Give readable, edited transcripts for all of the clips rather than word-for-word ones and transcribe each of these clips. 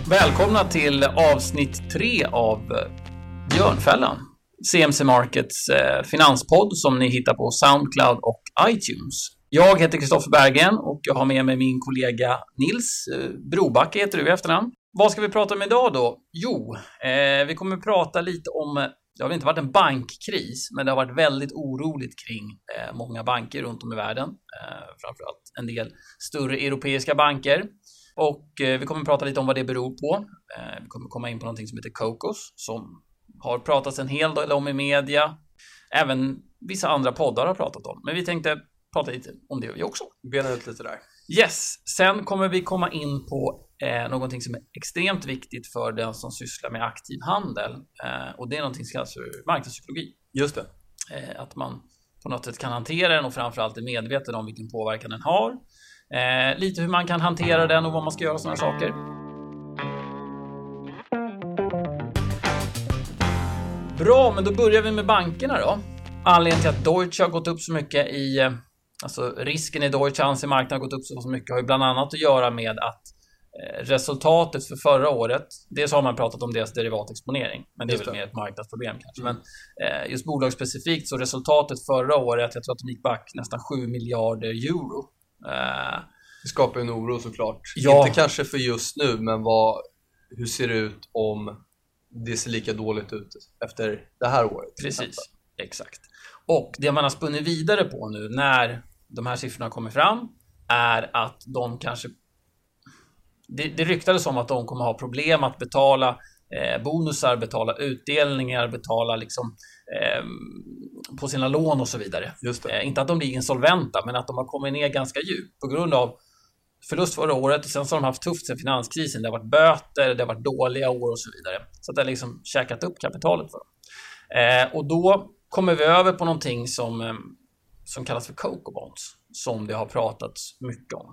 Välkomna till avsnitt 3 av Björnfällan. CMC Markets finanspodd som ni hittar på Soundcloud och iTunes. Jag heter Kristoffer Berggren och jag har med mig min kollega Nils Brobacke heter du i efternamn. Vad ska vi prata om idag då? Jo, vi kommer att prata lite om, det har inte varit en bankkris, men det har varit väldigt oroligt kring många banker runt om i världen. Framförallt en del större europeiska banker. Och vi kommer att prata lite om vad det beror på. Vi kommer komma in på någonting som heter Cocos, som har pratats en hel del om i media. Även vissa andra poddar har pratat om. Men vi tänkte prata lite om det vi också. Bena ut lite där. Yes, sen kommer vi komma in på någonting som är extremt viktigt för den som sysslar med aktiv handel. Och det är någonting som kallas för marknadspsykologi. Just det. Att man på något sätt kan hantera den och framförallt är medveten om vilken påverkan den har. Lite hur man kan hantera den och vad man ska göra sådana saker. Bra, men då börjar vi med bankerna då. Anledningen till att Deutsche har gått upp så mycket alltså risken i Deutsche marknaden har gått upp så mycket har ju bland annat att göra med att resultatet för förra året, dels har man pratat om deras derivatexponering, men det är väl mer ett marknadsproblem kanske. Men just bolagsspecifikt så resultatet förra året, jag tror att de gick back nästan 7 miljarder euro. Det skapar en oro såklart. Ja. Inte kanske för just nu, men hur ser det ut om det ser lika dåligt ut efter det här året? Precis, exakt. Och det man har spunnit vidare på nu när de här siffrorna kommer fram är att de kanske det ryktades om att de kommer ha problem att betala bonusar, betala utdelningar, betala liksom på sina lån och så vidare. Just det. Inte att de blir insolventa, men att de har kommit ner ganska djupt på grund av förlust förra året. Sen så har de haft tufft sen finanskrisen. Det har varit böter, det har varit dåliga år och så vidare. Så att det har liksom käkat upp kapitalet för dem. Och då kommer vi över på någonting som kallas för Coco Bonds, som det har pratats mycket om.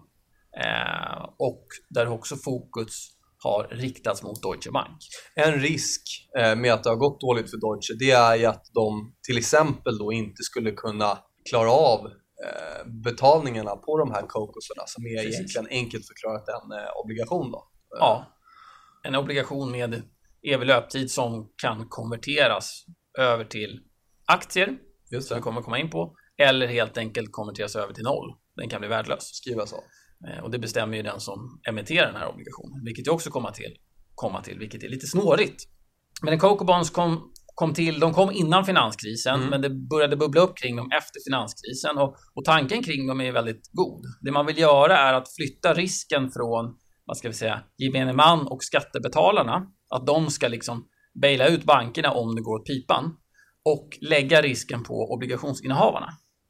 Och där också fokus har riktats mot Deutsche Bank. En risk med att det har gått dåligt för Deutsche, det är ju att de till exempel då inte skulle kunna klara av betalningarna på de här Cocosarna som är egentligen enkelt förklarat en obligation då. Ja, en obligation med evig löptid som kan konverteras över till aktier, just det, som vi kommer komma in på, eller helt enkelt konverteras över till noll. Den kan bli värdelös. Skrivas av. Och det bestämmer ju den som emitterar den här obligationen, vilket jag också komma till, vilket är lite snårigt. Men en Coco Bonds kom till, de kom innan finanskrisen, men det började bubbla upp kring dem efter finanskrisen och tanken kring dem är väldigt god. Det man vill göra är att flytta risken från, vad ska vi säga, gemene man och skattebetalarna, att de ska liksom baila ut bankerna om det går åt pipan och lägga risken på obligationsinnehavarna.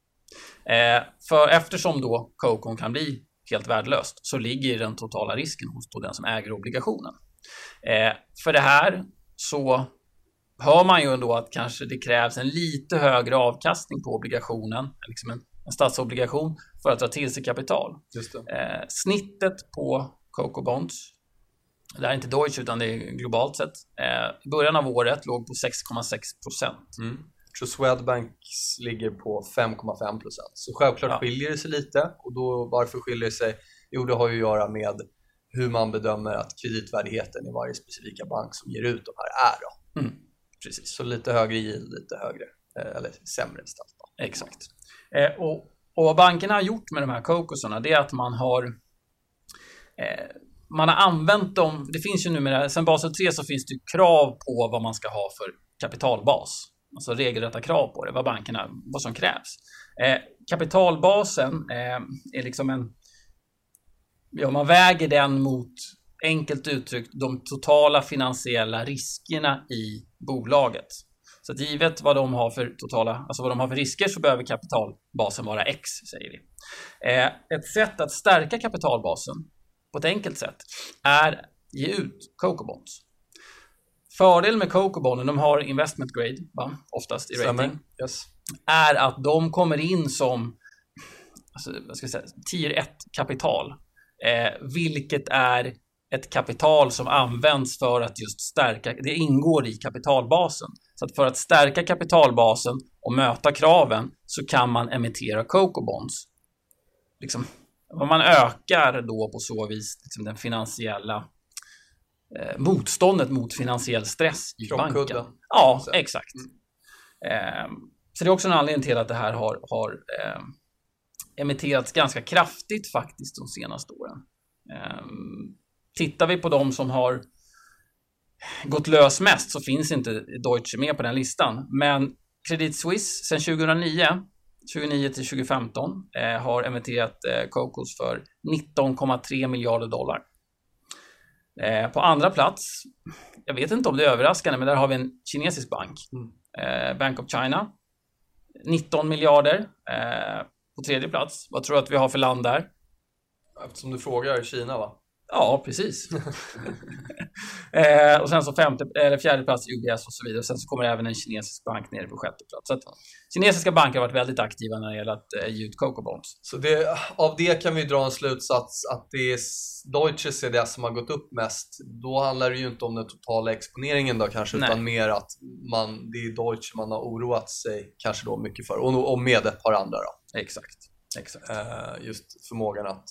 För eftersom då Coco kan bli helt värdelöst så ligger den totala risken hos den som äger obligationen. För det här så hör man ju ändå att kanske det krävs en lite högre avkastning på obligationen, liksom en statsobligation, för att dra till sig kapital. Just det. Snittet på Coco Bonds, det är inte Deutsche utan det är globalt sett, i början av året låg på 6,6%. Så Swedbanks ligger på 5,5%. Så självklart skiljer det sig lite. Och då, varför skiljer det sig? Jo, det har ju att göra med hur man bedömer att kreditvärdigheten i varje specifika bank som ger ut de här är då. Precis. Så lite högre yield, lite högre eller sämre istället då. Exakt. Och vad bankerna har gjort med de här Cocosarna, det är att man har använt dem. Det finns ju numera, sen Basel 3 så finns det krav på vad man ska ha för kapitalbas. Alltså regelrätta krav på det, vad som krävs. Kapitalbasen är liksom man väger den mot, enkelt uttryckt, de totala finansiella riskerna i bolaget. Så att givet vad de har för risker så behöver kapitalbasen vara X, säger vi. Ett sätt att stärka kapitalbasen på ett enkelt sätt är att ge ut Coco Bonds. Fördel med Coco Bonden, de har investment grade, oftast i rating, är att de kommer in som tier 1 kapital, vilket är ett kapital som används för att just stärka, det ingår i kapitalbasen. Så att för att stärka kapitalbasen och möta kraven så kan man emittera Coco Bonds. Liksom, man ökar då på så vis liksom den finansiella motståndet mot finansiell stress i banken. Ja, exakt. Så det är också en anledning till att det här har emitterats ganska kraftigt faktiskt de senaste åren. Tittar vi på de som har gått lös mest så finns inte Deutsche med på den listan. Men Credit Suisse sedan 2009 till 2015 har emitterat COCOs för $19,3 miljarder. På andra plats, jag vet inte om det är överraskande, men där har vi en kinesisk bank. Bank of China. 19 miljarder. På tredje plats, vad tror du att vi har för land där? Eftersom du frågar Kina, va? Ja, precis. Och sen så fjärde plats UBS och så vidare. Och sen så kommer även en kinesisk bank nere på sjätte plats. Så att kinesiska banker har varit väldigt aktiva när det gäller att ge ut Coco Bonds. Så av det kan vi dra en slutsats att det är Deutsches är det som har gått upp mest. Då handlar det ju inte om den totala exponeringen då kanske, utan mer att det är Deutsche man har oroat sig kanske då mycket för. Och med ett par andra då. Exakt. Just förmågan att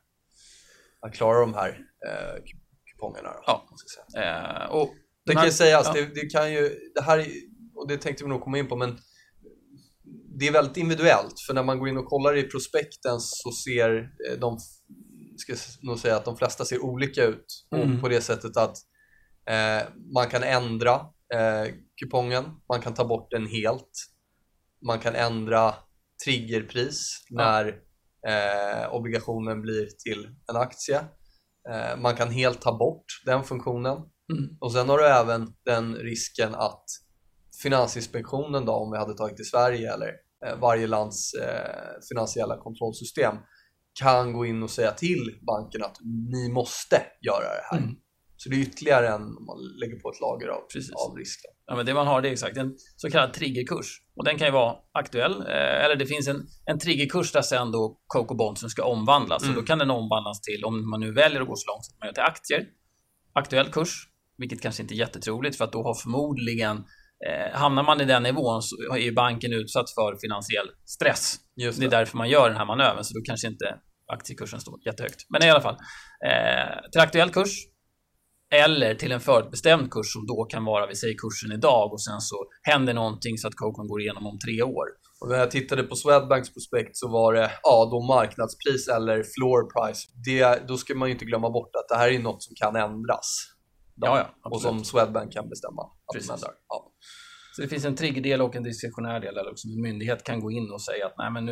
klara de här kupongerna då, ja. Och det kan ju sägas, det kan ju, det här, och det tänkte vi nog komma in på, men det är väldigt individuellt, för när man går in och kollar i prospekten så ser ska nog säga att de flesta ser olika ut, och på det sättet att man kan ändra kupongen, man kan ta bort den helt, man kan ändra triggerpris när obligationen blir till en aktie. Man kan helt ta bort den funktionen. Och sen har du även den risken att Finansinspektionen då, om vi hade tagit i Sverige eller varje lands finansiella kontrollsystem, kan gå in och säga till banken att ni måste göra det här. Så det är ytterligare en, om man lägger på ett lager av risk. Ja, men det man har, det är exakt en så kallad triggerkurs. Och den kan ju vara aktuell. Eller det finns en triggerkurs där sen då Coco Bondsen ska omvandlas. Så då kan den omvandlas till, om man nu väljer att gå så långt, så att man gör till aktier. Aktuell kurs, vilket kanske inte är jättetroligt, för att då har förmodligen hamnar man i den nivån så är banken utsatt för finansiell stress. Just det är därför man gör den här manövern. Så då kanske inte aktiekursen står jättehögt. Men i alla fall, till aktuell kurs eller till en förutbestämd kurs som då kan vara, vi säger kursen idag, och sen så händer någonting så att Coco går igenom om 3 år. Och när jag tittade på Swedbanks prospekt så var det då marknadspris eller floor price. Då ska man ju inte glömma bort att det här är något som kan ändras. Och som Swedbank kan bestämma att man ändrar. Ja. Så det finns en triggerdel och en diskretionär del, eller också en myndighet kan gå in och säga att nej, men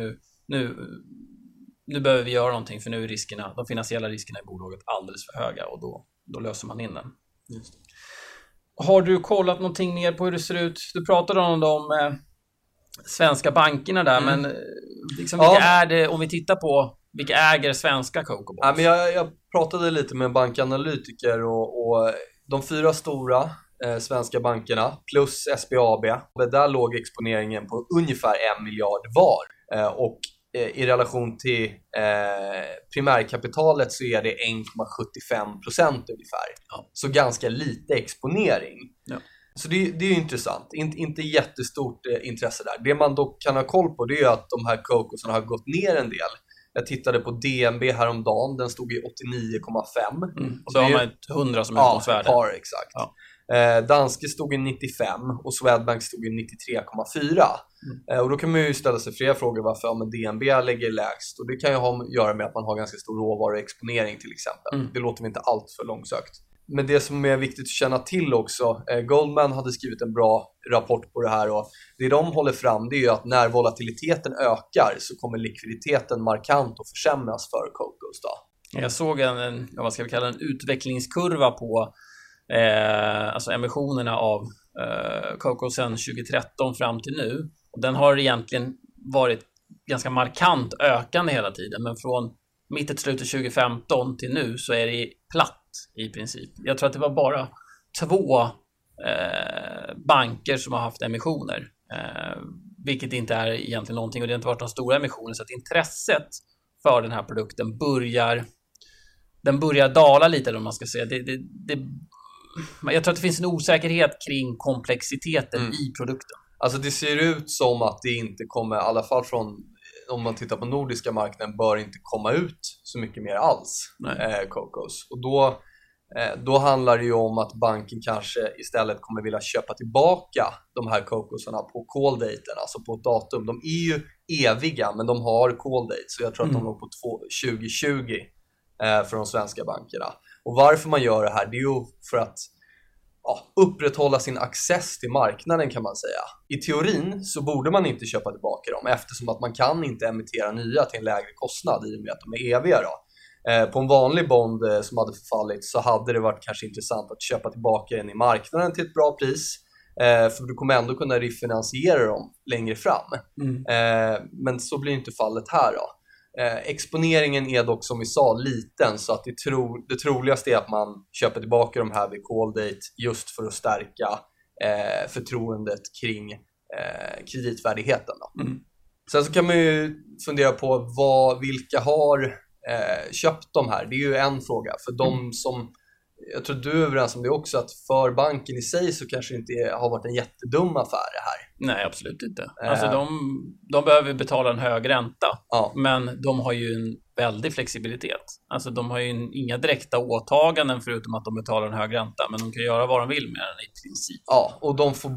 nu behöver vi göra någonting, för nu är de finansiella riskerna i bolaget alldeles för höga, och då löser man in den. Just det. Har du kollat någonting mer på hur det ser ut? Du pratade om de svenska bankerna där, men liksom, vilka är det, om vi tittar på vilka äger svenska Coco Bonds? Ja, men jag pratade lite med en bankanalytiker och de 4 stora svenska bankerna plus SBAB, där låg exponeringen på ungefär 1 miljard var. Och i relation till primärkapitalet så är det 1,75% ungefär. Ja. Så ganska lite exponering. Ja. Så det är ju intressant. Inte jättestort intresse där. Det man dock kan ha koll på, det är att de här Cocosarna har gått ner en del. Jag tittade på DNB häromdagen, den stod i 89,5. Och så har man 100 som utgångsvärde. Ja, exakt. Ja. Danske stod i 95 och Swedbank stod i 93,4. Och då kan man ju ställa sig flera frågor varför men DNB lägger lägst. Och det kan ju ha att göra med att man har ganska stor råvaruexponering till exempel. Det låter vi inte allt för långsökt. Men det som är viktigt att känna till också, Goldman hade skrivit en bra rapport på det här, och det de håller fram, det är ju att när volatiliteten ökar så kommer likviditeten markant att försämras för Cocos då. Jag såg vad ska vi kalla en utvecklingskurva på alltså emissionerna av Coco sedan 2013 fram till nu, och den har egentligen varit ganska markant ökande hela tiden, men från mitten till slutet 2015 till nu så är det platt i princip. Jag tror att det var bara 2 banker som har haft emissioner, vilket inte är egentligen någonting, och det har inte varit några stora emissioner, så att intresset för den här produkten börjar dala lite, om man ska säga. Jag tror att det finns en osäkerhet kring komplexiteten i produkten. Alltså det ser ut som att det inte kommer, i alla fall från, om man tittar på nordiska marknaden, bör inte komma ut så mycket mer alls Cocos. Och då Då handlar det ju om att banken kanske istället kommer vilja köpa tillbaka de här COCOsarna på call daten, alltså på ett datum. De är ju eviga, men de har call date, så jag tror att de låg på 2020 för de svenska bankerna. Och varför man gör det här, det är ju för att upprätthålla sin access till marknaden, kan man säga. I teorin så borde man inte köpa tillbaka dem, eftersom att man kan inte emittera nya till en lägre kostnad i och med att de är eviga då. På en vanlig bond som hade förfallit så hade det varit kanske intressant att köpa tillbaka den i marknaden till ett bra pris, för du kommer ändå kunna refinansiera dem längre fram. Men så blir inte fallet här då. Exponeringen är dock, som vi sa, liten, så att det troligaste är att man köper tillbaka de här vid call date just för att stärka förtroendet kring kreditvärdigheten då. Sen så kan man ju fundera på vilka har köpt de här. Det är ju en fråga. För de som, jag tror du är överens om det också, att för banken i sig så kanske inte har varit en jättedum affär det här. Nej, absolut inte. Alltså de behöver betala en hög ränta, men de har ju en väldig flexibilitet. Alltså de har ju inga direkta åtaganden förutom att de betalar en hög ränta, men de kan göra vad de vill med den i princip. Ja, och de får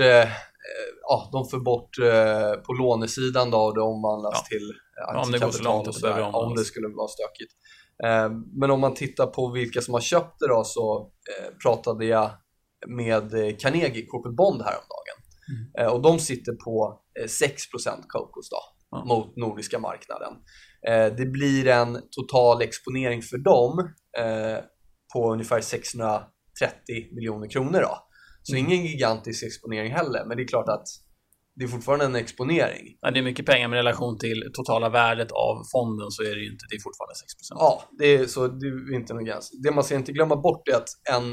bort på lånesidan då, och det omvandlas till om det går så långt att det om det skulle vara stökigt. Men om man tittar på vilka som har köpt det då, så pratade jag med Carnegie Corporate Bond häromdagen. Och de sitter på 6% COCOs då, mot nordiska marknaden. Det blir en total exponering för dem på ungefär 630 miljoner kronor då. Så ingen gigantisk exponering heller, men det är klart att det är fortfarande en exponering. Ja, det är mycket pengar med relation till totala värdet av fonden, så är det ju inte, det är fortfarande 6%. Ja, det är inte någon gräns. Det man ska inte glömma bort är att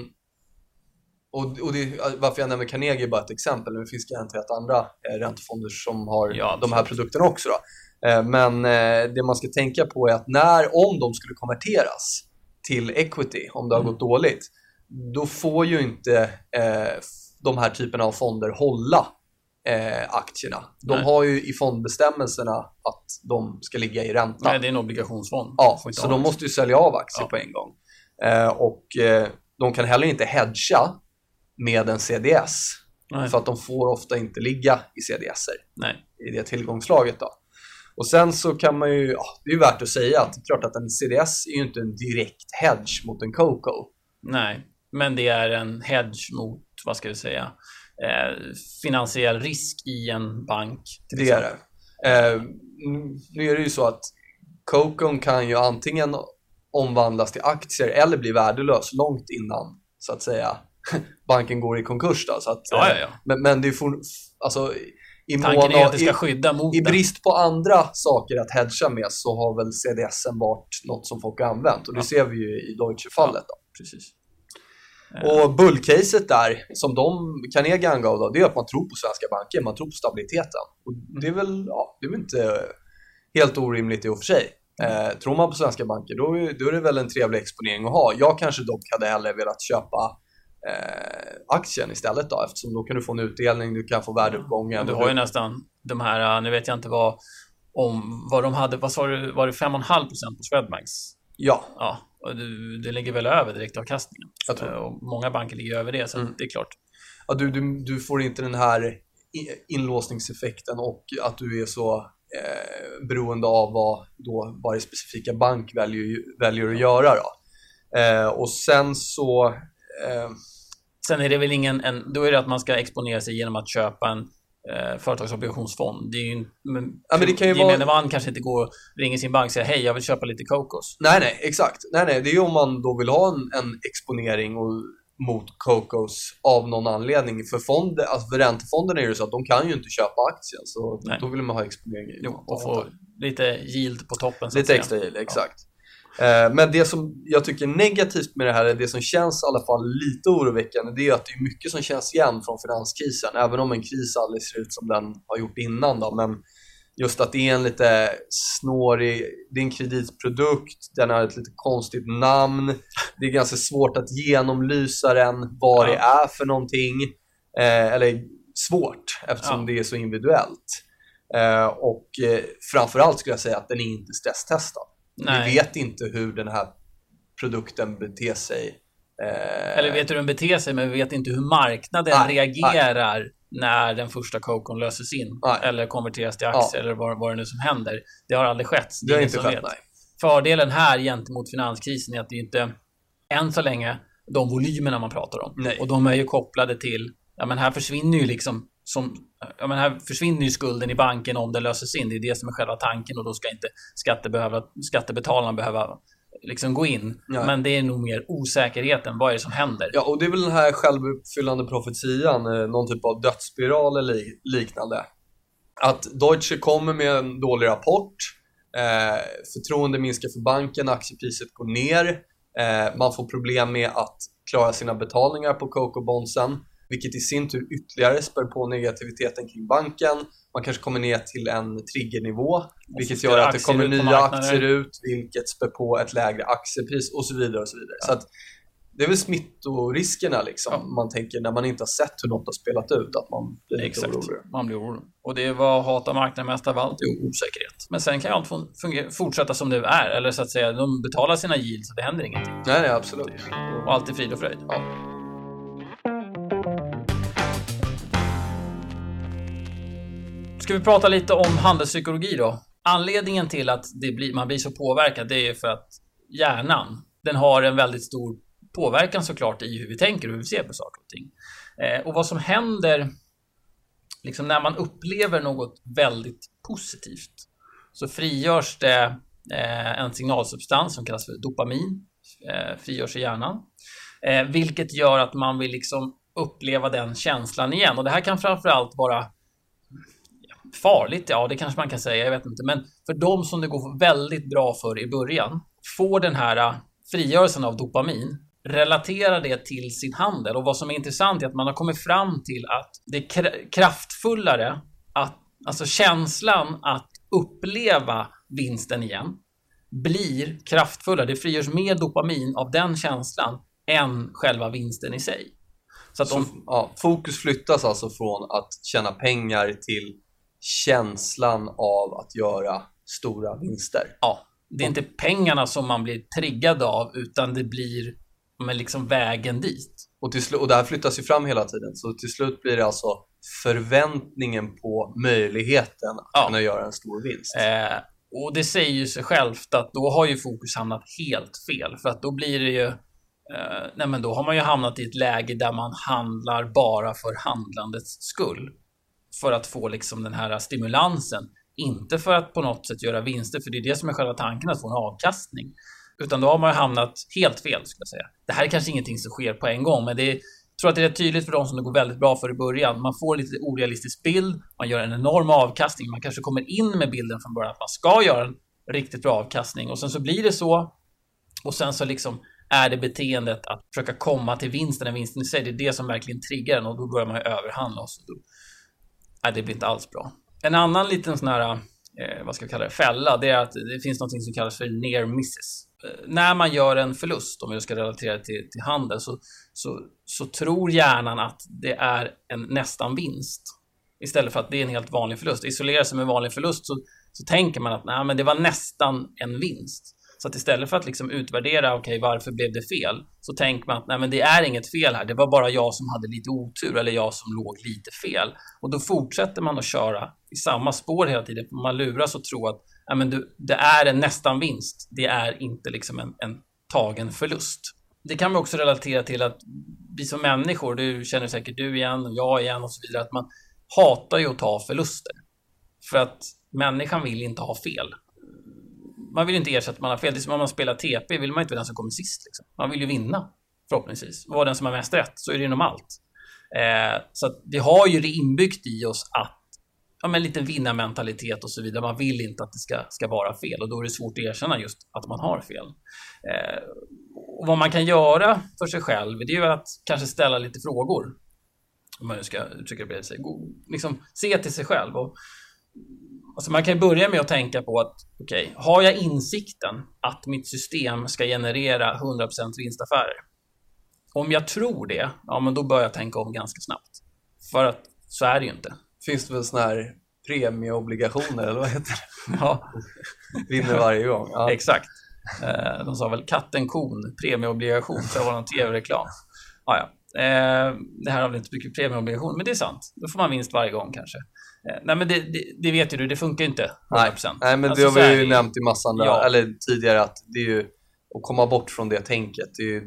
varför jag nämner Carnegie är bara ett exempel, men det finns garanterat andra räntefonder som har de här produkterna också då. Men det man ska tänka på är att om de skulle konverteras till equity, om det har gått dåligt, då får ju inte de här typerna av fonder hålla aktierna. De har ju i fondbestämmelserna att de ska ligga i ränta. Nej, det är en obligationsfond. Ja, så de måste ju sälja av aktier på en gång. Och de kan heller inte hedga med en CDS. Nej. För att de får ofta inte ligga i CDSer. Nej. I det tillgångslaget då. Och sen så kan man ju, det är ju värt att säga att det är klart att en CDS är ju inte en direkt hedge mot en COCO. Nej, men det är en hedge mot, vad ska vi säga, finansiell risk i en bank. Det är det. Nu är det ju så att COCOn kan ju antingen omvandlas till aktier eller bli värdelös långt innan, så att säga, banken går i konkurs då, så att, Men det är alltså, tanken är att det ska skydda mot i brist på andra saker att hedga med, så har väl CDSen varit något som folk har använt, och det ser vi ju i Deutsche-fallet då. Precis. Och bullcaset där, som Carnegie angav då, det är att man tror på svenska banker, man tror på stabiliteten. Och det är väl inte helt orimligt i och för sig. Tror man på svenska banker, då är det väl en trevlig exponering att ha. Jag kanske dock hade hellre velat köpa aktien istället då, eftersom då kan du få en utdelning, du kan få värdeuppgången. Du har ju nästan de här, nu vet jag inte vad de hade, vad sa du, var det 5,5% på Swedbanks? Ja. Och det ligger väl över direktavkastningen. Jag tror. Och många banker ligger över det, så det är klart. Ja, du får inte den här inlåsningseffekten, och att du är så beroende av vad då varje specifika bank väljer att göra då. Och sen så sen är det väl då är det att man ska exponera sig genom att köpa en företagsobligationsfond. Det är ju men det kan ju gemene man kanske inte går och ringer sin bank och säger hej, jag vill köpa lite COCOs. Nej, exakt. Nej, det är ju om man då vill ha en exponering mot COCOs av någon anledning. För räntefonderna är det så att de kan ju inte köpa aktien, så då vill man ha exponering och få lite yield på toppen. Lite extra yield, exakt. Men det som jag tycker är negativt med det här, är det som känns i alla fall lite oroväckande, det är att det är mycket som känns igen från finanskrisen, även om en kris aldrig ser ut som den har gjort innan då. Men just att det är en lite snårig, det är en kreditprodukt, den har ett lite konstigt namn, det är ganska svårt att genomlysa den, vad det är för någonting, eller svårt eftersom det är så individuellt. Och framförallt skulle jag säga att den är inte stresstestad. Vi vet inte hur den här produkten beter sig Eller vet hur den beter sig, men vi vet inte hur marknaden reagerar när den första Cocon löses in eller konverteras till aktier eller vad det nu som händer. Det har aldrig skett. Det har inte skett, nej. Fördelen här gentemot finanskrisen är att det inte än så länge de volymerna man pratar om. Nej. Och de är ju kopplade till, men här försvinner ju liksom här försvinner ju skulden i banken om den löses in. Det är det som är själva tanken, och då ska inte skattebetalarna behöva liksom gå in. Ja. Men det är nog mer osäkerheten. Vad är det som händer? Ja, och det är väl den här självuppfyllande profetian, någon typ av dödsspiral eller liknande. Att Deutsche kommer med en dålig rapport, förtroende minskar för banken, aktiepriset går ner, man får problem med att klara sina betalningar på Coco-bondsen, vilket i sin tur ytterligare spär på negativiteten kring banken. Man kanske kommer ner till en triggernivå, vilket gör att det kommer nya aktier ut, vilket spär på ett lägre aktiepris och så vidare och så vidare. Ja. Så att det är väl smittoriskerna liksom. Man tänker när man inte har sett hur något har spelat ut, att man blir lite orolig. Man blir orolig. Och det är vad hatar marknaden mest av allt, är osäkerhet. Men sen kan ju allt fortsätta som det är, eller så att säga, de betalar sina yields så det händer ingenting. Nej, absolut. Och allt är frid och fröjd. Ja. Ska vi prata lite om handelspsykologi då? Anledningen till att man blir så påverkad, det är för att hjärnan, den har en väldigt stor påverkan såklart i hur vi tänker och hur vi ser på saker och ting. Och vad som händer liksom när man upplever något väldigt positivt, så frigörs det en signalsubstans som kallas för dopamin, frigörs i hjärnan, vilket gör att man vill liksom uppleva den känslan igen. Och det här kan framförallt vara farligt, ja det kanske man kan säga, jag vet inte, men för de som det går väldigt bra för i början, får den här frigörelsen av dopamin, relatera det till sin handel. Och vad som är intressant är att man har kommit fram till att det är kraftfullare alltså känslan att uppleva vinsten igen blir kraftfullare, det frigörs mer dopamin av den känslan än själva vinsten i sig. Så att fokus flyttas alltså från att tjäna pengar till känslan av att göra stora vinster. Ja, det är inte pengarna som man blir triggad av, utan det blir liksom vägen dit. Och det här flyttas ju fram hela tiden, så till slut blir det alltså förväntningen på möjligheten att kunna göra en stor vinst. Och det säger ju sig självt att då har ju fokus hamnat helt fel, för att då blir det ju då har man ju hamnat i ett läge där man handlar bara för handlandets skull, för att få liksom den här stimulansen, inte för att på något sätt göra vinster, för det är det som är själva tanken, att få en avkastning. Utan då har man ju hamnat helt fel, skulle jag säga. Det här är kanske ingenting som sker på en gång, men jag tror att det är tydligt för de som det går väldigt bra för i början. Man får lite orealistisk bild, man gör en enorm avkastning, man kanske kommer in med bilden från början att man ska göra en riktigt bra avkastning, och sen så blir det så, och sen så liksom är det beteendet att försöka komma till vinsten i sig, det är det som verkligen triggar den, och då börjar man ju överhandla, och så det blir inte alls bra. En annan liten sån här vad ska vi kalla det, fälla, det är att det finns något som kallas för near misses. När man gör en förlust, om vi ska relatera till handel, så tror hjärnan att det är en nästan vinst, istället för att det är en helt vanlig förlust. Isolerar sig med en vanlig förlust, så tänker man att nej, men det var nästan en vinst. Så att istället för att liksom utvärdera, varför blev det fel, så tänker man att nej, men det är inget fel här, det var bara jag som hade lite otur, eller jag som låg lite fel. Och då fortsätter man att köra i samma spår hela tiden. Man luras och tror att nej, men det är en nästan vinst, det är inte liksom en tagen förlust. Det kan man också relatera till att vi som människor, du känner säkert du igen och jag igen och så vidare, att man hatar ju att ta förluster. För att människan vill inte ha fel. Man vill inte ersätta att man har fel. Det är som om man spelar TP, vill man inte vara den som kommer sist. Liksom. Man vill ju vinna, förhoppningsvis. Vara den som har mest rätt, så är det inom allt. Så att vi har ju det inbyggt i oss att en liten vinnarmentalitet och så vidare. Man vill inte att det ska vara fel, och då är det svårt att erkänna just att man har fel. Och vad man kan göra för sig själv, det är ju att kanske ställa lite frågor. Om man nu ska uttrycka det sig. Liksom se till sig själv. Och alltså man kan börja med att tänka på att har jag insikten att mitt system ska generera 100% vinstaffärer? Om jag tror det, men då börjar jag tänka om ganska snabbt. För att så är det ju inte. Finns det väl såna här premieobligationer eller vad heter det? Ja. Vinner varje gång. Ja. Exakt. De sa väl katten kon, premieobligation, så det var någon tv-reklam. Det här har väl inte så mycket premieobligation, men det är sant. Då får man vinst varje gång kanske. Nej, men det vet ju du, det funkar inte 100%. Nej, men alltså, det har vi ju nämnt i massan eller tidigare, att det är ju att komma bort från det tänket. Det är ju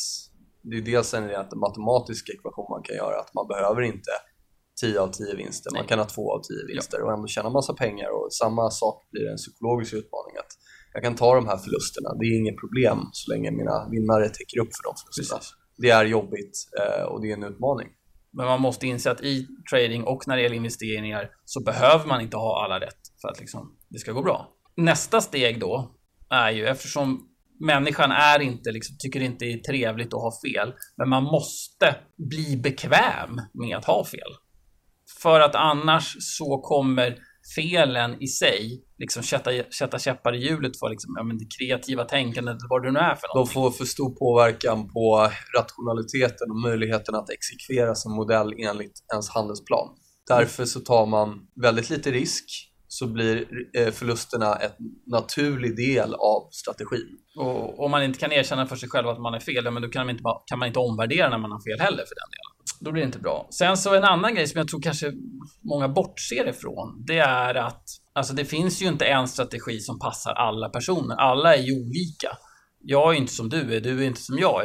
dels en rent matematisk ekvation man kan göra, att man behöver inte 10 av 10 vinster. Man kan ha 2 av 10 vinster och ändå tjäna massa pengar, och samma sak blir en psykologisk utmaning, att jag kan ta de här förlusterna. Det är inget problem så länge mina vinnare täcker upp för de förlusterna. Precis. Det är jobbigt och det är en utmaning. Men man måste inse att i trading och när det gäller investeringar så behöver man inte ha alla rätt för att liksom, det ska gå bra. Nästa steg då är ju, eftersom människan tycker inte det är trevligt att ha fel, men man måste bli bekväm med att ha fel. För att annars så kommer felen i sig liksom sätta käppar i hjulet för liksom, det kreativa tänkandet, vad det nu är för någonting. De får för stor påverkan på rationaliteten och möjligheten att exekvera sin modell enligt ens handelsplan. Därför så tar man väldigt lite risk, så blir förlusterna en naturlig del av strategin. Och om man inte kan erkänna för sig själv att man är fel, men då kan man inte omvärdera när man har fel heller för den delen. Då blir det inte bra. Sen så en annan grej som jag tror kanske många bortser ifrån, det är att alltså det finns ju inte en strategi som passar alla personer. Alla är ju olika. Jag är inte som du är inte som jag är.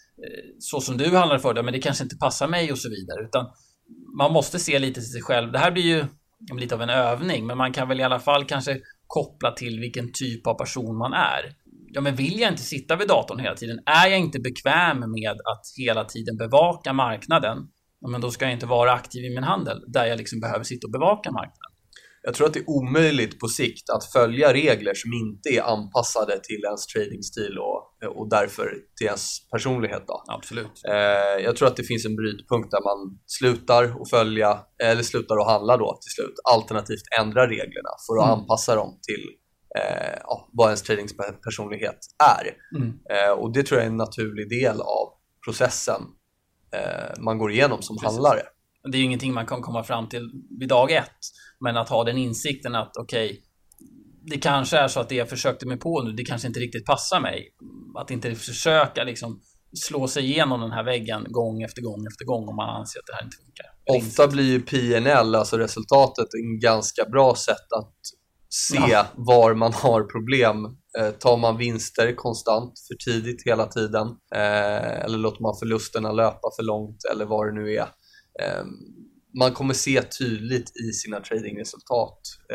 Så som du handlar för det, men det kanske inte passar mig och så vidare. Utan man måste se lite till sig själv. Det här blir ju lite av en övning, men man kan väl i alla fall kanske koppla till vilken typ av person man är. Ja, men vill jag inte sitta vid datorn hela tiden? Är jag inte bekväm med att hela tiden bevaka marknaden? Ja, men då ska jag inte vara aktiv i min handel där jag liksom behöver sitta och bevaka marknaden. Jag tror att det är omöjligt på sikt att följa regler som inte är anpassade till ens tradingstil och därför till ens personlighet då. Absolut. Jag tror att det finns en brytpunkt där man slutar att följa eller slutar att handla då till slut, alternativt ändra reglerna för att anpassa dem till vad ens tradingspersonlighet är. Och det tror jag är en naturlig del av processen man går igenom som handlare. Det är ju ingenting man kan komma fram till vid dag 1, men att ha den insikten att det kanske är så att det jag försökte mig på nu, det kanske inte riktigt passar mig. Att inte försöka liksom slå sig igenom den här väggen gång efter gång efter gång om man anser att det här inte funkar. Ofta blir ju P&L, alltså resultatet, en ganska bra sätt att se var man har problem. Tar man vinster konstant för tidigt hela tiden, eller låter man förlusterna löpa för långt, eller vad det nu är. Man kommer se tydligt i sina tradingresultat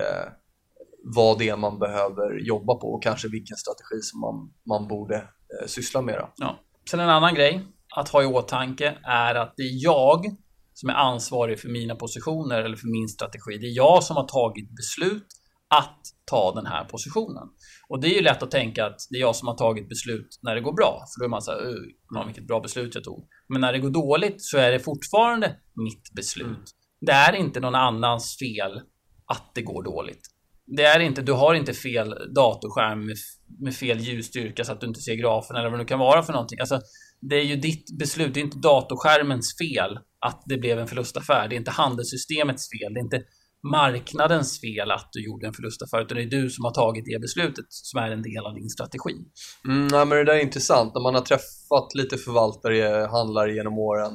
vad det är man behöver jobba på och kanske vilken strategi som man borde syssla med då. Ja. Sen en annan grej att ha i åtanke är att det är jag som är ansvarig för mina positioner eller för min strategi. Det är jag som har tagit beslut att ta den här positionen. Och det är ju lätt att tänka att det är jag som har tagit beslut när det går bra. För då är man så här, vilket bra beslut jag tog. Men när det går dåligt så är det fortfarande mitt beslut. Det är inte någon annans fel att det går dåligt. Det är inte, du har inte fel datorskärm med fel ljusstyrka så att du inte ser grafen eller vad det kan vara för någonting. Alltså, det är ju ditt beslut, det är inte datorskärmens fel att det blev en förlustaffär. Det är inte handelssystemets fel, det är inte marknadens fel att du gjorde en förlustaffär, utan det är du som har tagit det beslutet som är en del av din strategi. Men det där är intressant. När man har träffat lite förvaltare, handlare genom åren,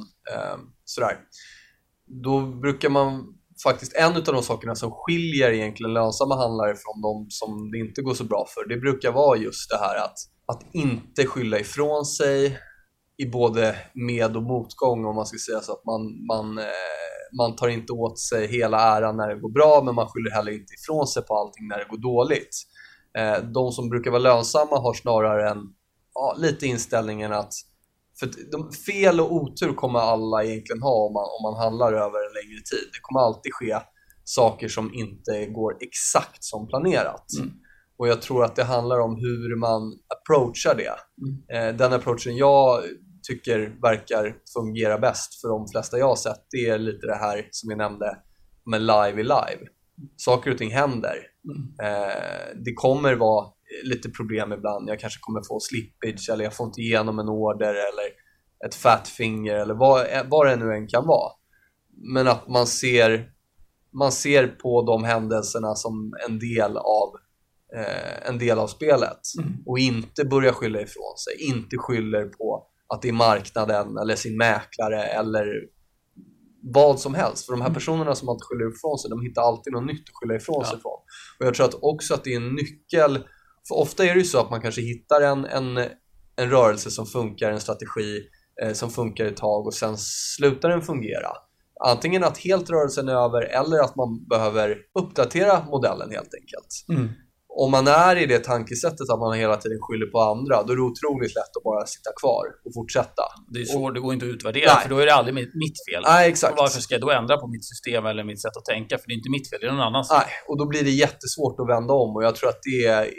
då brukar man faktiskt, en av de sakerna som skiljer egentligen lönsamma handlare från de som det inte går så bra för, det brukar vara just det här att inte skylla ifrån sig i både med- och motgång, om man ska säga så, att man tar inte åt sig hela äran när det går bra, men man skyller heller inte ifrån sig på allting när det går dåligt. De som brukar vara lönsamma har snarare lite inställningen att för fel och otur kommer alla egentligen ha om man handlar över en längre tid. Det kommer alltid ske saker som inte går exakt som planerat. Och jag tror att det handlar om hur man approachar det. Den approachen jag tycker verkar fungera bäst för de flesta jag har sett, det är lite det här som jag nämnde med live i live. Saker och ting händer. Det kommer vara lite problem ibland. Jag kanske kommer få slippage, eller jag får inte igenom en order, eller ett fat finger, eller vad det nu än kan vara. Men att man ser på de händelserna som en del av en del av spelet och inte börjar skylla ifrån sig, inte skyller på att det är marknaden eller sin mäklare eller vad som helst. För de här personerna som alltid skyller ifrån sig, de hittar alltid något nytt att skylla ifrån sig från. Och jag tror att också att det är en nyckel, för ofta är det ju så att man kanske hittar en rörelse som funkar, en strategi som funkar ett tag och sen slutar den fungera. Antingen att helt rörelsen är över eller att man behöver uppdatera modellen helt enkelt. Om man är i det tankesättet att man hela tiden skyller på andra, då är det otroligt lätt att bara sitta kvar och fortsätta. Det är svårt, det går inte att utvärdera, för då är det aldrig mitt fel. Nej, exakt. Och varför ska jag då ändra på mitt system eller mitt sätt att tänka? För det är inte mitt fel, det är någon annans. Nej, och då blir det jättesvårt att vända om och jag tror att det är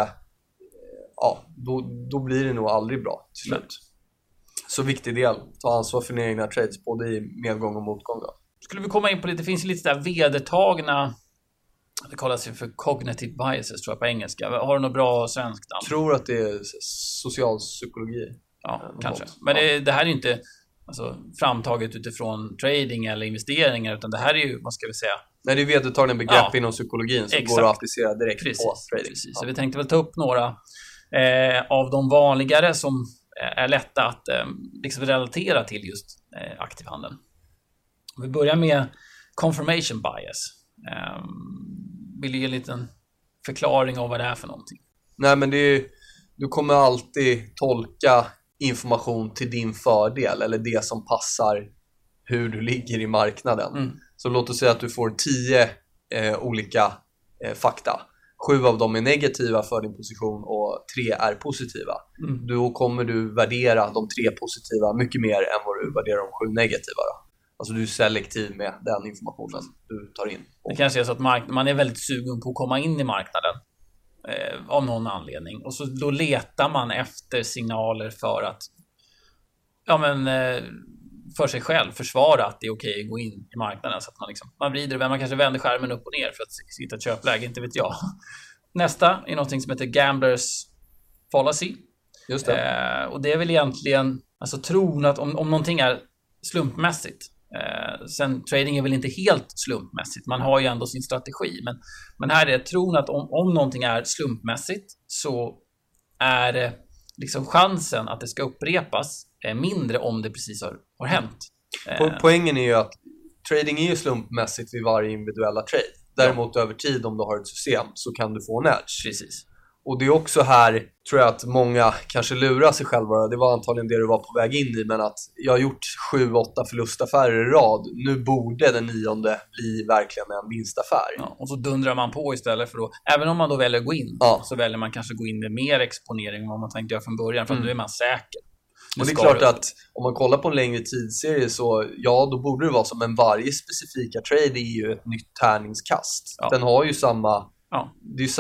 då blir det nog aldrig bra till slut. Så viktig del, ta ansvar för dina egna trades både i medgång och motgång då. Skulle vi komma in på lite, det finns lite där vedertagna, det kallas ju för cognitive biases tror jag på engelska. Har du något bra svenskt namn? Jag tror att det är social psykologi. Ja, kanske. Men det här är ju inte framtaget utifrån trading eller investeringar, utan det här är ju, vad ska vi säga? Nej, det är vedertagna begrepp inom psykologin som går att applicera direkt på trading. Precis. Så vi tänkte väl ta upp några av de vanligare som är lätta att liksom relatera till just aktivhandeln. Vi börjar med confirmation bias. Vill du ge en liten förklaring av vad det är för någonting? Nej, men du kommer alltid tolka information till din fördel eller det som passar hur du ligger i marknaden. Så låt oss säga att du får 10 olika fakta. 7 av dem är negativa för din position och 3 är positiva. Då kommer du värdera de 3 positiva mycket mer än vad du värderar de 7 negativa då. Alltså du är selektiv med den informationen du tar in. Det kanske är så att man är väldigt sugen på att komma in i marknaden av någon anledning. Och så då letar man efter signaler för att för sig själv försvara att det är okej att gå in i marknaden. Så att man vrider och man kanske vänder skärmen upp och ner för att hitta ett köpläge, inte vet jag. Nästa är något som heter Gamblers Fallacy. Just det. Och det är väl egentligen tron att om någonting är slumpmässigt. Sen trading är väl inte helt slumpmässigt. Man har ju ändå sin strategi. Men här är tron att om någonting är slumpmässigt så är det liksom chansen att det ska upprepas mindre om det precis har hänt. Poängen är ju att trading är ju slumpmässigt vid varje individuella trade. Däremot över tid om du har ett system så kan du få en edge. Precis. Och det är också här, tror jag att många kanske lurar sig själva. Det var antagligen det du var på väg in i, men att jag har gjort 7-8 förlustaffärer i rad. Nu borde den 9:e bli verkligen en vinstaffär. Ja, och så dundrar man på istället för då, även om man då väljer att gå in, så väljer man kanske gå in med mer exponering än vad man tänkte göra från början, för att nu är man säker. Och det är klart att om man kollar på en längre tidsserie så då borde det vara som en varje specifika trade är ju ett nytt tärningskast. Den har ju samma, det är ju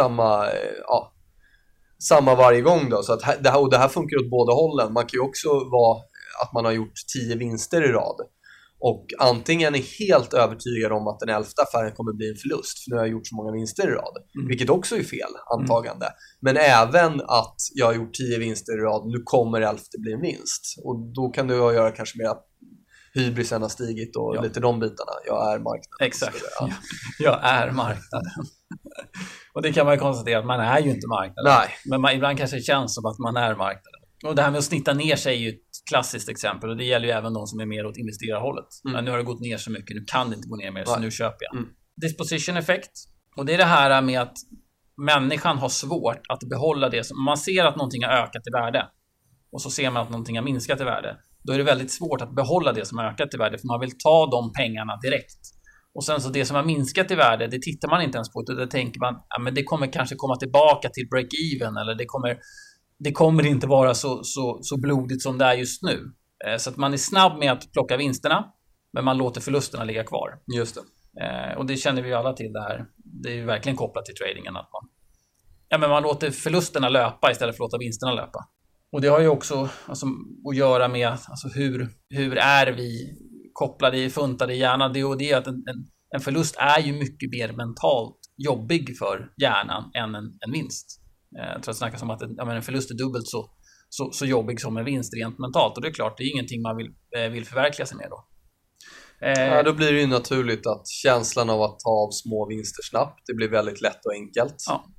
samma varje gång då, så att det här funkar åt båda hållen. Man kan ju också vara att man har gjort 10 vinster i rad och antingen är helt övertygad om att den 11:e affären kommer bli en förlust för nu har jag gjort så många vinster i rad, vilket också är fel antagande. Men även att jag har gjort 10 vinster i rad, nu kommer 11:e bli en vinst, och då kan det göra kanske mer att hybrisen har stigit och lite de bitarna. Jag är marknaden. Exakt. Jag är marknaden. Och det kan man ju konstatera att man är ju inte marknaden. Nej. Men ibland kanske det känns som att man är marknaden. Och det här med att snitta ner sig är ju ett klassiskt exempel. Och det gäller ju även de som är mer åt investerarhållet. Men nu har det gått ner så mycket, nu kan det inte gå ner mer, så nu köper jag. Disposition effect. Och det är det här med att människan har svårt att behålla det. Om man ser att någonting har ökat i värde och så ser man att någonting har minskat i värde, då är det väldigt svårt att behålla det som har ökat i värde, för man vill ta de pengarna direkt. Och sen så det som har minskat i värde, det tittar man inte ens på, utan det tänker man, men det kommer kanske komma tillbaka till break-even, eller det kommer inte vara så blodigt som det är just nu. Så att man är snabb med att plocka vinsterna, men man låter förlusterna ligga kvar. Just det. Och det känner vi ju alla till det här. Det är ju verkligen kopplat till tradingen, att man låter förlusterna löpa istället för att låta vinsterna löpa. Och det har ju också att göra med hur är vi kopplade, funtade i hjärnan. Det är att en förlust är ju mycket mer mentalt jobbig för hjärnan än en vinst. Jag tror att det snackas om att en förlust är dubbelt så jobbig som en vinst rent mentalt. Och det är klart, det är ingenting man vill förverkliga sig med då. Då blir det ju naturligt att känslan av att ta av små vinster snabbt, det blir väldigt lätt och enkelt.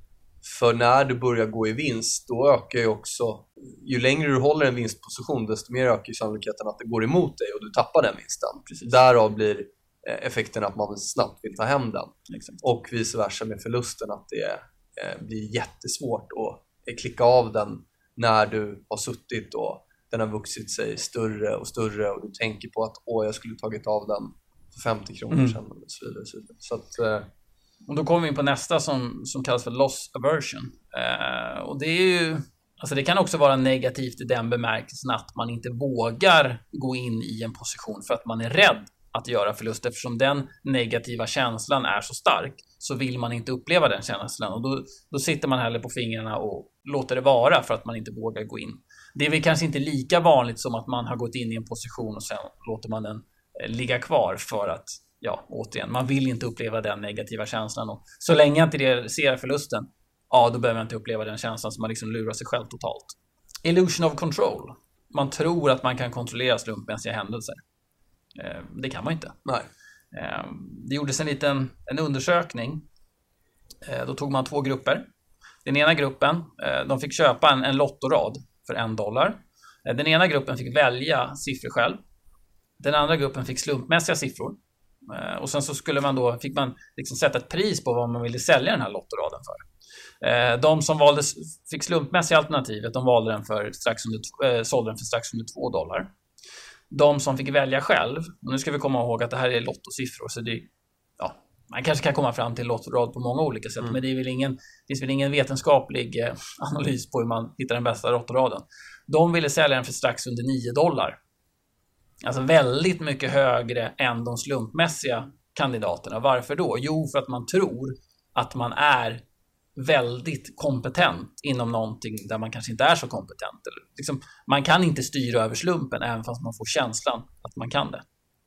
För när du börjar gå i vinst, då ökar ju också, ju längre du håller en vinstposition, desto mer ökar ju sannolikheten att det går emot dig och du tappar den vinsten. Precis. Därav blir effekten att man snabbt vill ta hem den. Exakt. Och vice versa med förlusten, att det blir jättesvårt att klicka av den när du har suttit och den har vuxit sig större och större och du tänker på att jag skulle tagit av den för 50 kronor sedan och så vidare. Så att, och då kommer vi in på nästa som kallas för loss aversion. Och det är ju, alltså det kan också vara negativt i den bemärkelsen att man inte vågar gå in i en position för att man är rädd att göra förlust. Eftersom den negativa känslan är så stark så vill man inte uppleva den känslan. Och då sitter man heller på fingrarna och låter det vara för att man inte vågar gå in. Det är väl kanske inte lika vanligt som att man har gått in i en position och sen låter man den ligga kvar för att, återigen, man vill inte uppleva den negativa känslan. Och så länge jag inte realiserar förlusten, då behöver jag inte uppleva den känslan, som man liksom lurar sig själv totalt. Illusion of control. Man tror att man kan kontrollera slumpmässiga händelser. Det kan man inte. Nej. Det gjordes en undersökning. Då tog man 2 grupper. Den ena gruppen, de fick köpa en lottorad för $1. Den ena gruppen fick välja siffror själv. Den andra gruppen fick slumpmässiga siffror. Och sen så fick man liksom sätta ett pris på vad man ville sälja den här lottoraden för. De som fick slumpmässiga alternativet, de valde den sålde den för strax under $2. De som fick välja själv, och nu ska vi komma ihåg att det här är lottosiffror, så man kanske kan komma fram till lottorad på många olika sätt, men det finns väl ingen vetenskaplig analys på hur man hittar den bästa lottoraden. De ville sälja den för strax under $9. Alltså väldigt mycket högre än de slumpmässiga kandidaterna. Varför då? Jo, för att man tror att man är väldigt kompetent inom någonting där man kanske inte är så kompetent. Eller liksom, man kan inte styra över slumpen även fast man får känslan att man kan det.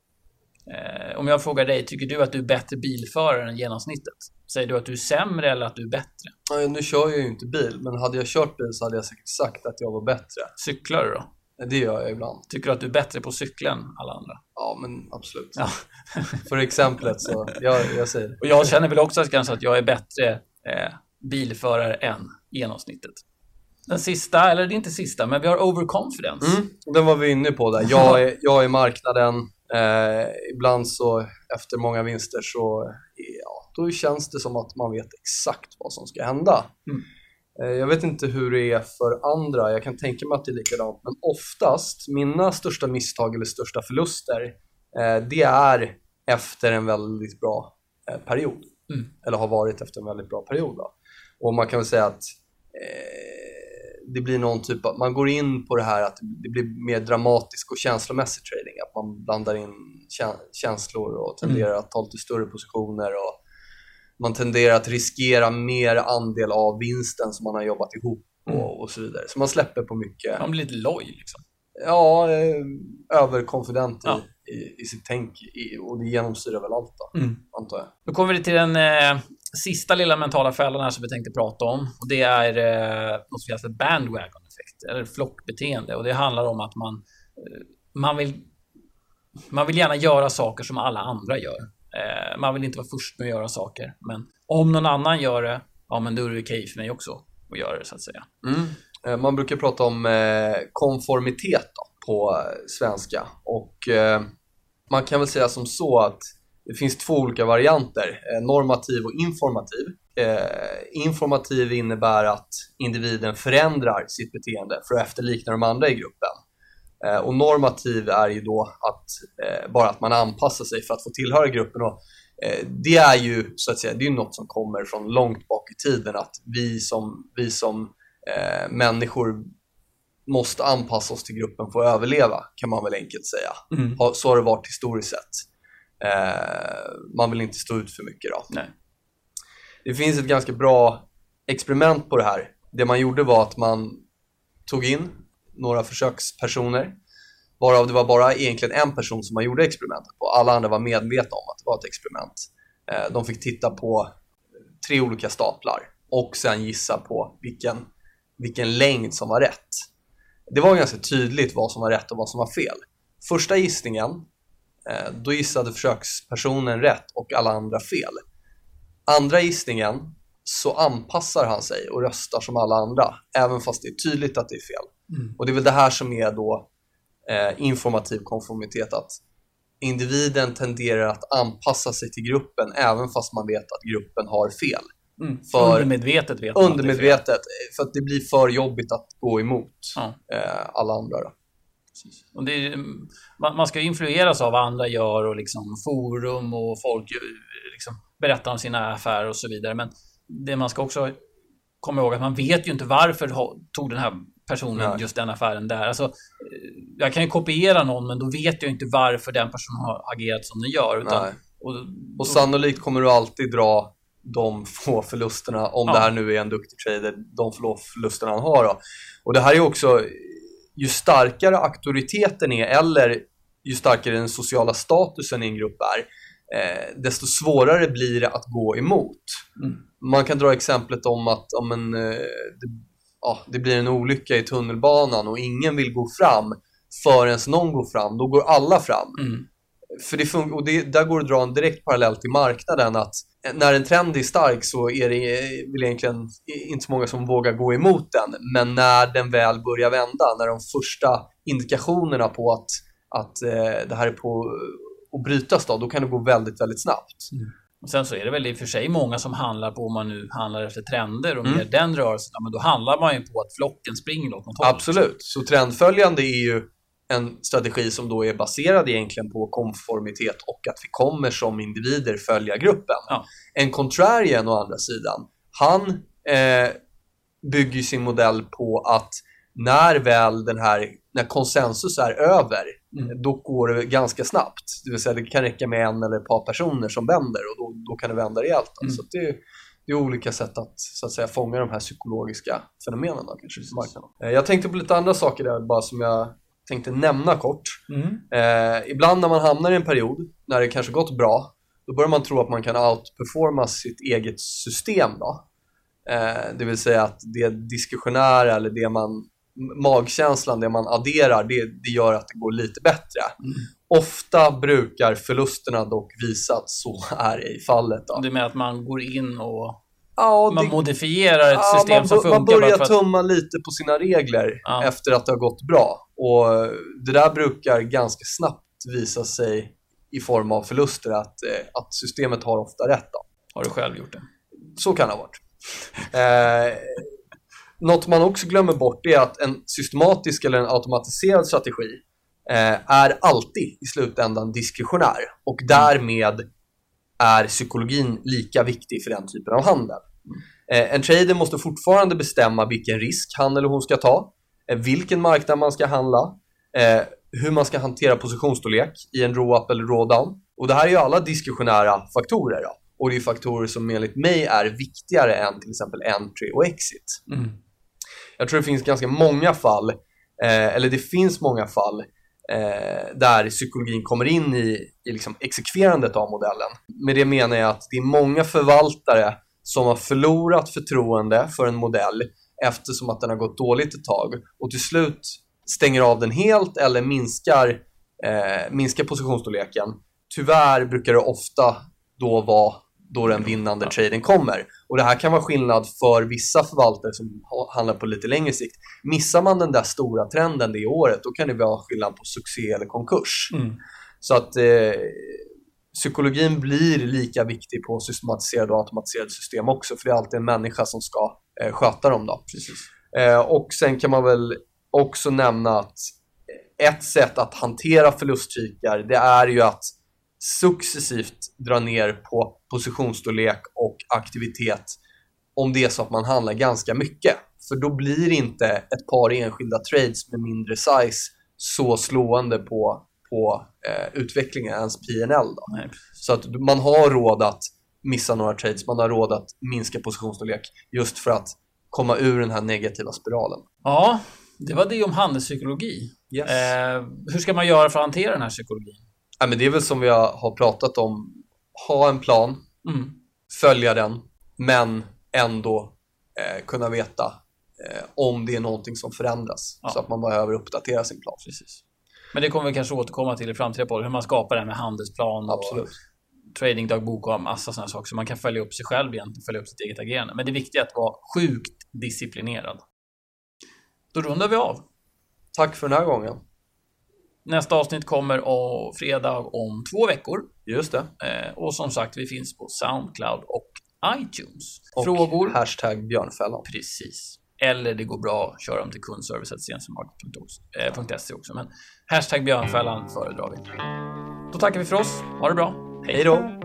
Om jag frågar dig, tycker du att du är bättre bilförare än genomsnittet? Säger du att du är sämre eller att du är bättre? Nu kör jag ju inte bil, men hade jag kört bil så hade jag säkert sagt att jag var bättre. Cyklar du då? Det gör jag ibland. Tycker du att du är bättre på cykeln än alla andra? Ja, men absolut. Ja. För exemplet så, jag säger det. Och jag känner väl också kanske att jag är bättre bilförare än genomsnittet. Den sista, eller det är inte sista, men vi har overconfidence. Den var vi inne på där. Jag är marknaden. Ibland så efter många vinster så då känns det som att man vet exakt vad som ska hända. Jag vet inte hur det är för andra. Jag kan tänka mig att det är likadant. Men oftast, mina största misstag eller största förluster, det är efter en väldigt bra period. Eller har varit efter en väldigt bra period då. Och man kan väl säga att det blir någon typ av, man går in på det här att det blir mer dramatisk och känslomässig trading, att man blandar in känslor och tenderar att ta lite större positioner, och man tenderar att riskera mer andel av vinsten som man har jobbat ihop och så vidare. Så man släpper på mycket. Man blir lite loj liksom. Ja, överkonfident i sitt tänk, och det genomsyrar väl allt då, antar jag. Då kommer vi till den sista lilla mentala fällan här som vi tänkte prata om, och det är något som kallas för bandwagon-effekt eller flockbeteende, och det handlar om att man vill gärna göra saker som alla andra gör. Man vill inte vara först med att göra saker, men om någon annan gör det, men då är det okej för mig också att göra det, så att säga. Man brukar prata om konformitet då, på svenska, och man kan väl säga som så att det finns 2 olika varianter, normativ och informativ. Informativ innebär att individen förändrar sitt beteende för att efterlikna de andra i gruppen. Och normativ är ju då att bara att man anpassar sig för att få tillhöra gruppen. Och det är ju så att säga, det är något som kommer från långt bak i tiden, att vi som människor måste anpassa oss till gruppen för att överleva, kan man väl enkelt säga. Så har det varit historiskt sett. Man vill inte stå ut för mycket då. Nej. Det finns ett ganska bra experiment på det här. Det man gjorde var att man tog in några försökspersoner, varav det var bara egentligen en person som man gjorde experimentet på. Alla andra var medvetna om att det var ett experiment. De fick titta på 3 olika staplar och sen gissa på vilken längd som var rätt. Det var ganska tydligt vad som var rätt och vad som var fel. Första gissningen, då gissade försökspersonen rätt och alla andra fel. Andra gissningen så anpassar han sig och röstar som alla andra, även fast det är tydligt att det är fel. Och det är väl det här som är då informativ konformitet, att individen tenderar att anpassa sig till gruppen även fast man vet att gruppen har fel. Undermedvetet vet man undermedvetet, för att det blir för jobbigt att gå emot alla andra då. Och man ska ju influeras av vad andra gör och liksom forum och folk liksom berättar om sina affärer och så vidare, men det man ska också komma ihåg att man vet ju inte varför tog den här personen just den affären där. Alltså, jag kan ju kopiera någon, men då vet jag inte varför den personen har agerat som den gör. Utan, och sannolikt kommer du alltid dra de få förlusterna, om det här nu är en duktig trader, de få förlusterna han har då. Och det här är också, ju starkare auktoriteten är, eller ju starkare den sociala statusen i en grupp är, desto svårare blir det att gå emot. Man kan dra exemplet om att det blir en olycka i tunnelbanan och ingen vill gå fram förrän någon går fram, då går alla fram. För där går det att dra en direkt parallell till marknaden, att när en trend är stark så är det väl egentligen inte så många som vågar gå emot den, men när den väl börjar vända, när de första indikationerna på att det här är på att brytas då kan det gå väldigt, väldigt snabbt. Och sen så är det väl i och för sig många som handlar på, om man nu handlar efter trender och mer den rörelsen, men då handlar man ju på att flocken springer åt något håll. Absolut, så trendföljande är ju en strategi som då är baserad egentligen på konformitet och att vi kommer som individer följa gruppen. En contrarian å andra sidan, han bygger sin modell på att när konsensus är över, då går det ganska snabbt. Det vill säga det kan räcka med en eller ett par personer som vänder, och då kan det vända rejält. Så det är olika sätt att, så att säga, fånga de här psykologiska fenomenen då, kanske, på marknaden. Jag tänkte på lite andra saker där, bara som jag tänkte nämna kort. Ibland när man hamnar i en period när det kanske gått bra, då börjar man tro att man kan outperforma sitt eget system då. Det vill säga att det diskretionära, eller det magkänslan, det man adderar, det gör att det går lite bättre. Ofta brukar förlusterna dock visa att så är i fallet då. Det med att man går in och man modifierar ett system som funkar. Man börjar tumma lite på sina regler efter att det har gått bra. Och det där brukar ganska snabbt visa sig i form av förluster, att systemet har ofta rätt då. Har du själv gjort det? Så kan det ha varit. Något man också glömmer bort är att en systematisk eller en automatiserad strategi är alltid i slutändan diskretionär, och därmed är psykologin lika viktig för den typen av handel. En trader måste fortfarande bestämma vilken risk han eller hon ska ta, vilken marknad man ska handla, hur man ska hantera positionsstorlek i en row-up eller row-down. Och det här är ju alla diskretionära faktorer då. Och det är faktorer som enligt mig är viktigare än till exempel entry och exit. Jag tror det finns ganska många fall, eller det finns många fall där psykologin kommer in i liksom exekverandet av modellen. Med det menar jag att det är många förvaltare som har förlorat förtroende för en modell eftersom att den har gått dåligt ett tag, och till slut stänger av den helt eller minskar positionsstorleken. Tyvärr brukar det ofta då vara då den vinnande traden kommer. Och det här kan vara skillnad för vissa förvaltare som handlar på lite längre sikt. Missar man den där stora trenden det året, då kan det vara skillnad på succé eller konkurs. Så att psykologin blir lika viktig på systematiserade och automatiserade system också, för det är alltid en människa som ska sköta dem då. Och sen kan man väl också nämna att ett sätt att hantera förlustkikar, det är ju att successivt dra ner på positionsstorlek och aktivitet om det är så att man handlar ganska mycket. För då blir inte ett par enskilda trades med mindre size så slående på utvecklingen ens P&L då. Så att man har råd att missa några trades, man har råd att minska positionsstorlek just för att komma ur den här negativa spiralen. Ja, det var det om handelspsykologi. Yes. Hur ska man göra för att hantera den här psykologin? Ja, men det är väl som vi har pratat om, ha en plan, följa den, men ändå kunna veta om det är någonting som förändras, så att man behöver uppdatera sin plan. Precis. Men det kommer vi kanske återkomma till i framtida på hur man skapar det här med handelsplan. Absolut. tradingdagbok och massa sådana saker. Så man kan följa upp sig själv egentligen, följa upp sitt eget agerande. Men det viktiga är att vara sjukt disciplinerad. Då rundar vi av. Tack för den här gången. Nästa avsnitt kommer fredag om 2 veckor. Just det. Och som sagt, vi finns på SoundCloud och iTunes. Och frågor? #björnfällan. Precis. Eller det går bra att köra dem till kundservice@cncmarket.se också. Men #björnfällan föredrar vi. Då tackar vi för oss. Ha det bra. Hej då.